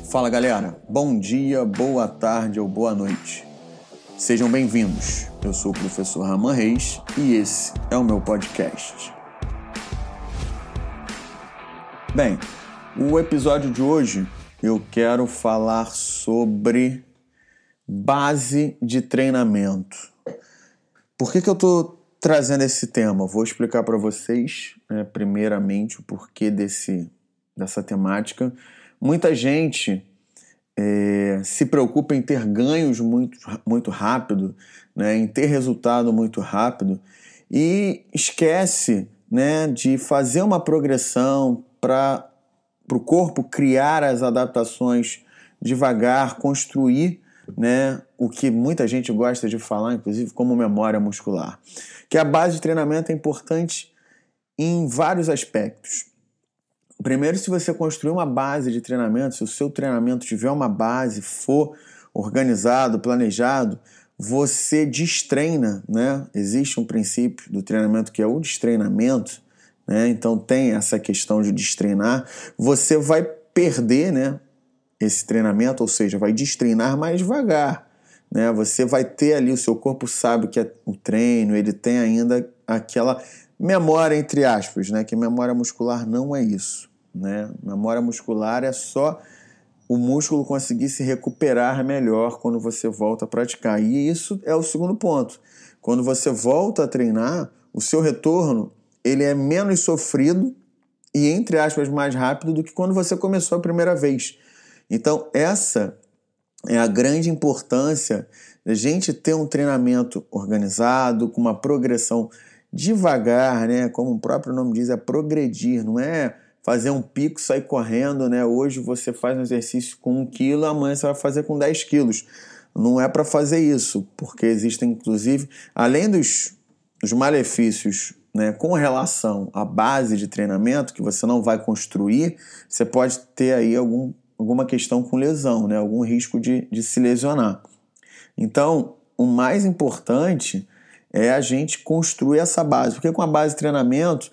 Fala galera, bom dia, boa tarde ou boa noite. Sejam bem-vindos, eu sou o professor Raman Reis e esse é o meu podcast. Bem, o episódio de hoje eu quero falar sobre base de treinamento. Por que eu estou trazendo esse tema? Vou explicar para vocês, primeiramente, o porquê dessa temática. Muita gente se preocupa em ter ganhos muito rápido, né, em ter resultado muito rápido e esquece, né, de fazer uma progressão para o corpo criar as adaptações devagar, construir, né, o que muita gente gosta de falar, inclusive como memória muscular. Que a base de treinamento é importante em vários aspectos. Primeiro, se você construir uma base de treinamento, se o seu treinamento tiver uma base, for organizado, planejado, você destreina, né? Existe um princípio do treinamento que é o destreinamento, né? Então tem essa questão de destreinar. Você vai perder, né, esse treinamento, ou seja, vai destreinar mais devagar, né? Você vai ter ali, o seu corpo sabe que o treino, ele tem ainda aquela memória, entre aspas, né? Que memória muscular não é isso. Né? Memória muscular é só o músculo conseguir se recuperar melhor quando você volta a praticar. E isso é o segundo ponto. Quando você volta a treinar, o seu retorno ele é menos sofrido e, entre aspas, mais rápido do que quando você começou a primeira vez. Então, essa é a grande importância da gente ter um treinamento organizado, com uma progressão devagar, né? Como o próprio nome diz, é progredir, não é fazer um pico, sair correndo, né? Hoje você faz um exercício com 1 quilo, amanhã você vai fazer com 10 quilos. Não é para fazer isso, porque existem, inclusive, além dos malefícios, né, com relação à base de treinamento, que você não vai construir, você pode ter aí alguma questão com lesão, né? Algum risco de se lesionar. Então, o mais importante é a gente construir essa base. Porque com a base de treinamento,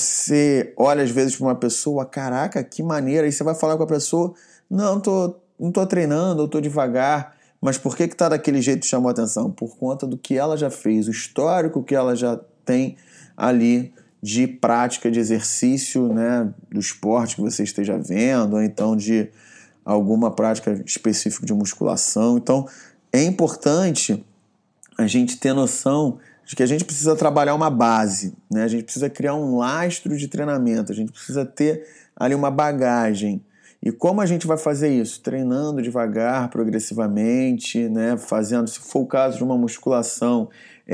você olha às vezes para uma pessoa, caraca, que maneira, aí você vai falar com a pessoa, não tô treinando, eu tô devagar, mas por que tá daquele jeito que chamou a atenção? Por conta do que ela já fez, o histórico que ela já tem ali de prática de exercício, né, do esporte que você esteja vendo, ou então de alguma prática específica de musculação. Então, é importante a gente ter noção de que a gente precisa trabalhar uma base, né? A gente precisa criar um lastro de treinamento, a gente precisa ter ali uma bagagem. E como a gente vai fazer isso? Treinando devagar, progressivamente, né? Fazendo, se for o caso de uma musculação,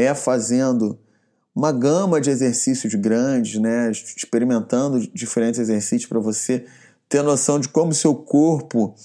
fazendo uma gama de exercícios grandes, né? Experimentando diferentes exercícios para você ter noção de como o seu corpo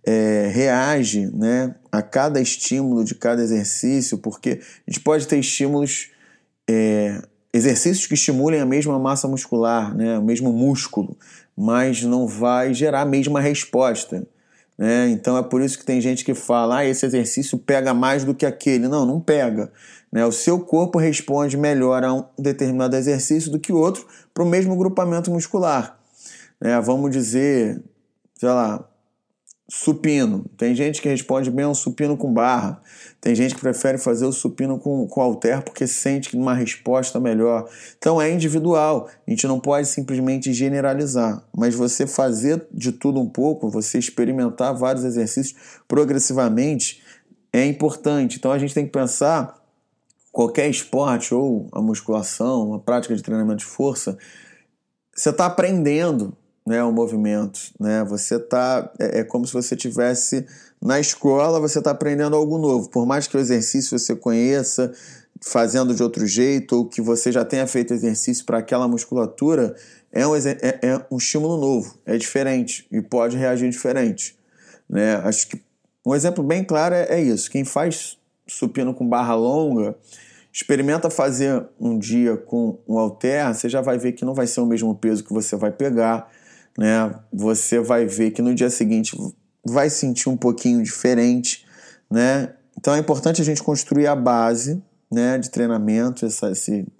reage, né, a cada estímulo de cada exercício, porque a gente pode ter estímulos, exercícios que estimulem a mesma massa muscular, né, o mesmo músculo, mas não vai gerar a mesma resposta. Né? Então é por isso que tem gente que fala, esse exercício pega mais do que aquele. Não pega. Né? O seu corpo responde melhor a um determinado exercício do que outro para o mesmo grupamento muscular. Vamos dizer, sei lá, supino. Tem gente que responde bem ao supino com barra. Tem gente que prefere fazer o supino com halter porque sente uma resposta melhor. Então é individual. A gente não pode simplesmente generalizar. Mas você fazer de tudo um pouco, você experimentar vários exercícios progressivamente é importante. Então a gente tem que pensar, qualquer esporte ou a musculação, a prática de treinamento de força, você está aprendendo, né, o movimento, né? Você é como se você estivesse na escola, você está aprendendo algo novo. Por mais que o exercício você conheça, fazendo de outro jeito, ou que você já tenha feito exercício para aquela musculatura, é um estímulo novo, é diferente e pode reagir diferente. Né? Acho que um exemplo bem claro é isso. Quem faz supino com barra longa, experimenta fazer um dia com um halter, você já vai ver que não vai ser o mesmo peso que você vai pegar, né? Você vai ver que no dia seguinte vai sentir um pouquinho diferente, né? Então é importante a gente construir a base, né, de treinamento, esse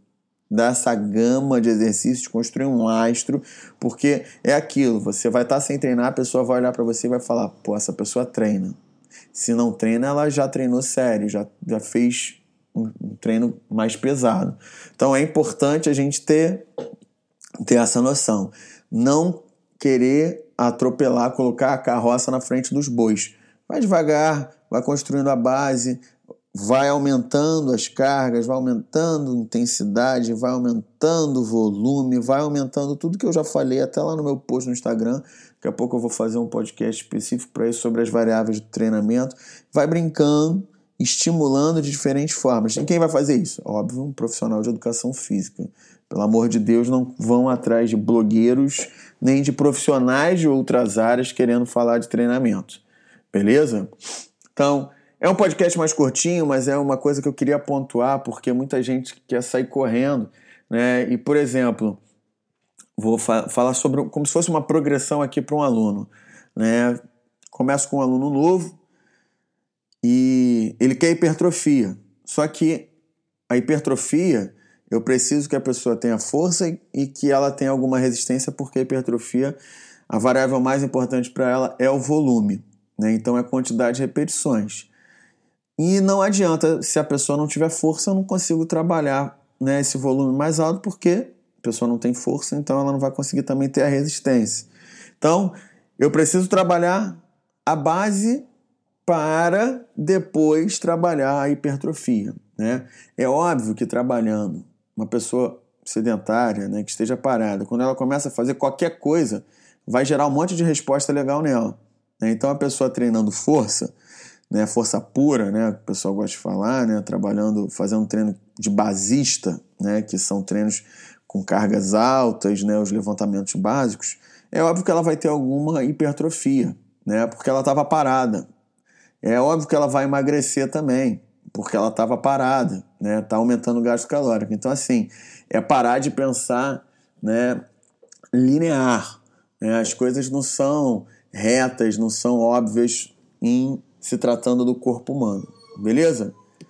dessa gama de exercícios, construir um lastro, porque é aquilo, você vai estar sem treinar, a pessoa vai olhar para você e vai falar, pô, essa pessoa treina. Se não treina, ela já treinou sério, já fez um treino mais pesado. Então é importante a gente ter essa noção. Não querer atropelar, colocar a carroça na frente dos bois. Vai devagar, vai construindo a base, vai aumentando as cargas, vai aumentando a intensidade, vai aumentando o volume, vai aumentando tudo que eu já falei até lá no meu post no Instagram. Daqui a pouco eu vou fazer um podcast específico para isso, sobre as variáveis do treinamento. Vai brincando, estimulando de diferentes formas. E quem vai fazer isso? Óbvio, um profissional de educação física. Pelo amor de Deus, não vão atrás de blogueiros, nem de profissionais de outras áreas querendo falar de treinamento. Beleza? Então, é um podcast mais curtinho, mas é uma coisa que eu queria pontuar, porque muita gente quer sair correndo, né? E, por exemplo, vou falar sobre como se fosse uma progressão aqui para um aluno, né? Começo com um aluno novo e ele quer hipertrofia. Só que a hipertrofia, eu preciso que a pessoa tenha força e que ela tenha alguma resistência, porque a hipertrofia, a variável mais importante para ela é o volume, né? Então é a quantidade de repetições. E não adianta, se a pessoa não tiver força, eu não consigo trabalhar, né, esse volume mais alto, porque a pessoa não tem força, então ela não vai conseguir também ter a resistência. Então, eu preciso trabalhar a base para depois trabalhar a hipertrofia, né? É óbvio que trabalhando uma pessoa sedentária, né, que esteja parada, quando ela começa a fazer qualquer coisa, vai gerar um monte de resposta legal nela, né? Então, a pessoa treinando força, né, força pura, né, o pessoal gosta de falar, né, fazendo um treino de basista, né, que são treinos com cargas altas, né, os levantamentos básicos, é óbvio que ela vai ter alguma hipertrofia, né, porque ela estava parada. É óbvio que ela vai emagrecer também, porque ela estava parada, né, tá aumentando o gasto calórico. Então, assim, é parar de pensar, né, linear, né, as coisas não são retas, não são óbvias se tratando do corpo humano, beleza?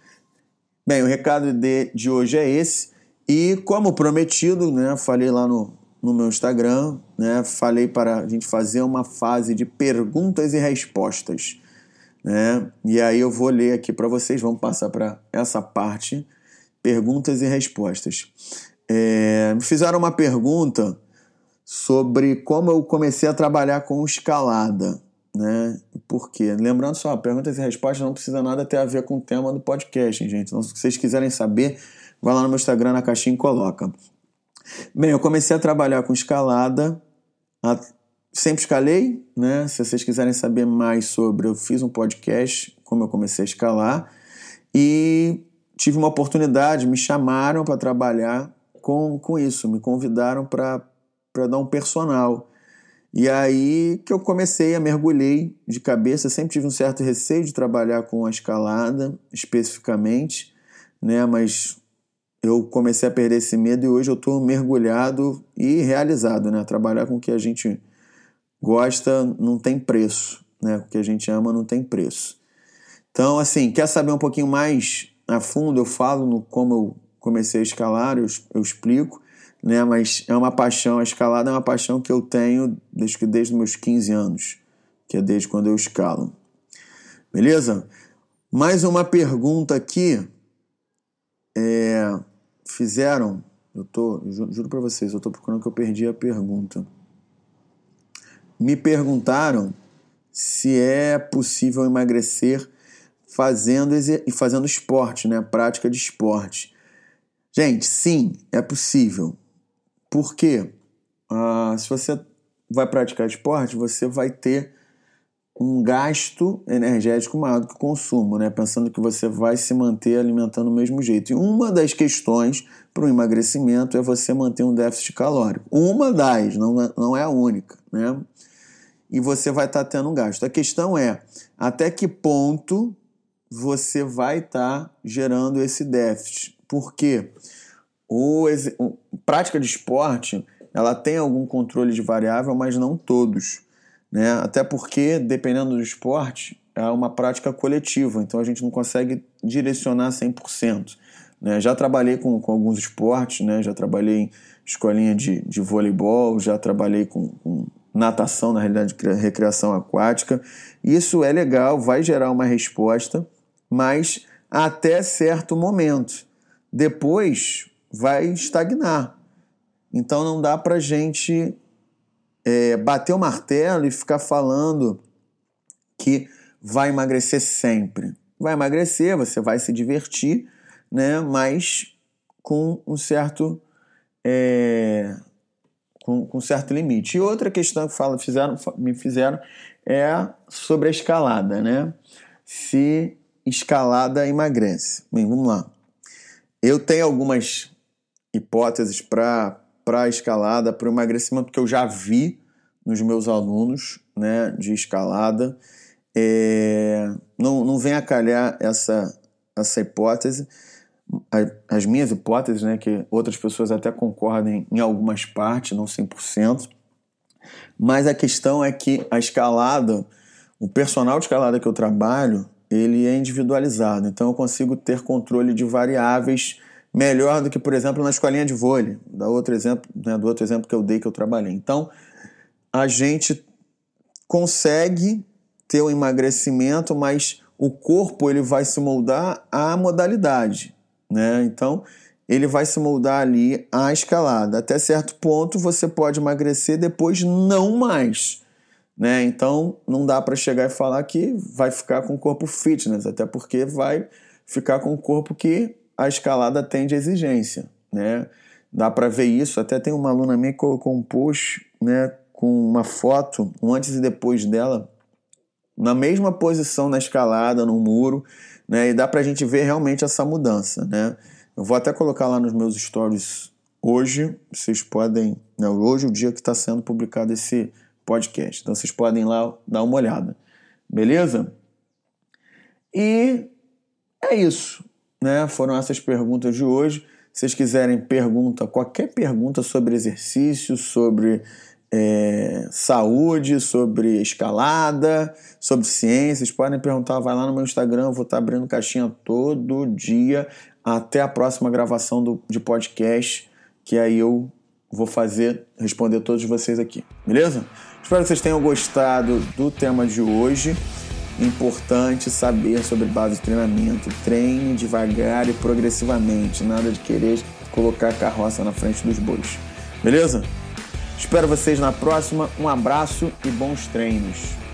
Bem, o recado de hoje é esse, e como prometido, né, falei lá no meu Instagram, né, falei para a gente fazer uma fase de perguntas e respostas, né, e aí eu vou ler aqui para vocês, vamos passar para essa parte, perguntas e respostas. Me fizeram uma pergunta sobre como eu comecei a trabalhar com escalada, né? Por quê? Lembrando só, perguntas e respostas não precisa nada ter a ver com o tema do podcast, hein, gente? Então, se vocês quiserem saber, vai lá no meu Instagram, na caixinha e coloca. Bem, eu comecei a trabalhar com escalada, sempre escalei, né? Se vocês quiserem saber mais sobre, eu fiz um podcast, como eu comecei a escalar, e tive uma oportunidade, me chamaram para trabalhar com isso, me convidaram para dar um personal. E aí que eu mergulhei de cabeça, sempre tive um certo receio de trabalhar com a escalada, especificamente, né? Mas eu comecei a perder esse medo e hoje eu estou mergulhado e realizado, né? Trabalhar com o que a gente gosta não tem preço, né? O que a gente ama não tem preço. Então, assim, quer saber um pouquinho mais a fundo? Eu falo como eu comecei a escalar, eu explico, né? Mas é uma paixão, a escalada é uma paixão que eu tenho desde os meus 15 anos, que é desde quando eu escalo. Beleza? Mais uma pergunta aqui. Fizeram, juro pra vocês, eu tô procurando que eu perdi a pergunta. Me perguntaram se é possível emagrecer fazendo esporte, né? Prática de esporte. Gente, sim, é possível. Por quê? Se você vai praticar esporte, você vai ter um gasto energético maior do que o consumo, né? Pensando que você vai se manter alimentando do mesmo jeito. E uma das questões para o emagrecimento é você manter um déficit calórico. Uma das, não é a única, né? E você vai estar tendo um gasto. A questão é até que ponto você vai estar gerando esse déficit. Por quê? Prática de esporte, ela tem algum controle de variável, mas não todos, né? Até porque, dependendo do esporte, é uma prática coletiva, então a gente não consegue direcionar 100%, né? Já trabalhei com alguns esportes, né? Já trabalhei em escolinha de voleibol, já trabalhei com natação, na realidade, recreação aquática. Isso é legal, vai gerar uma resposta, mas até certo momento. Depois vai estagnar. Então não dá pra gente bater o martelo e ficar falando que vai emagrecer sempre. Vai emagrecer, você vai se divertir, né? Mas com um certo com certo limite. E outra questão que me fizeram é sobre a escalada, né? Se escalada emagrece. Bem, vamos lá. Eu tenho algumas hipóteses para a escalada, para o emagrecimento que eu já vi nos meus alunos, né, de escalada. Não vem a calhar essa hipótese. As minhas hipóteses, né, que outras pessoas até concordem em algumas partes, não 100%, mas a questão é que a escalada, o personal de escalada que eu trabalho, ele é individualizado, então eu consigo ter controle de variáveis melhor do que, por exemplo, na escolinha de vôlei, do outro exemplo que eu dei que eu trabalhei. Então, a gente consegue ter um emagrecimento, mas o corpo ele vai se moldar à modalidade, né? Então, ele vai se moldar ali à escalada. Até certo ponto, você pode emagrecer, depois não mais, né? Então, não dá para chegar e falar que vai ficar com o corpo fitness, até porque vai ficar com o corpo que a escalada tem de exigência, né? Dá para ver isso. Até tem uma aluna minha que colocou um post, né, com uma foto, um antes e depois dela, na mesma posição na escalada, no muro, né? E dá pra gente ver realmente essa mudança, né? Eu vou até colocar lá nos meus stories hoje, vocês podem, né, hoje é o dia que está sendo publicado esse podcast, então vocês podem ir lá dar uma olhada, beleza? E é isso, né? Foram essas perguntas de hoje. Se vocês quiserem qualquer pergunta sobre exercício, sobre saúde, sobre escalada, sobre ciências, podem perguntar, vai lá no meu Instagram, eu vou estar abrindo caixinha todo dia até a próxima gravação de podcast, que aí eu vou responder todos vocês aqui, beleza? Espero que vocês tenham gostado do tema de hoje. Importante saber sobre base de treinamento. Treine devagar e progressivamente, nada de querer colocar a carroça na frente dos bois, beleza? Espero vocês na próxima. Um abraço e bons treinos.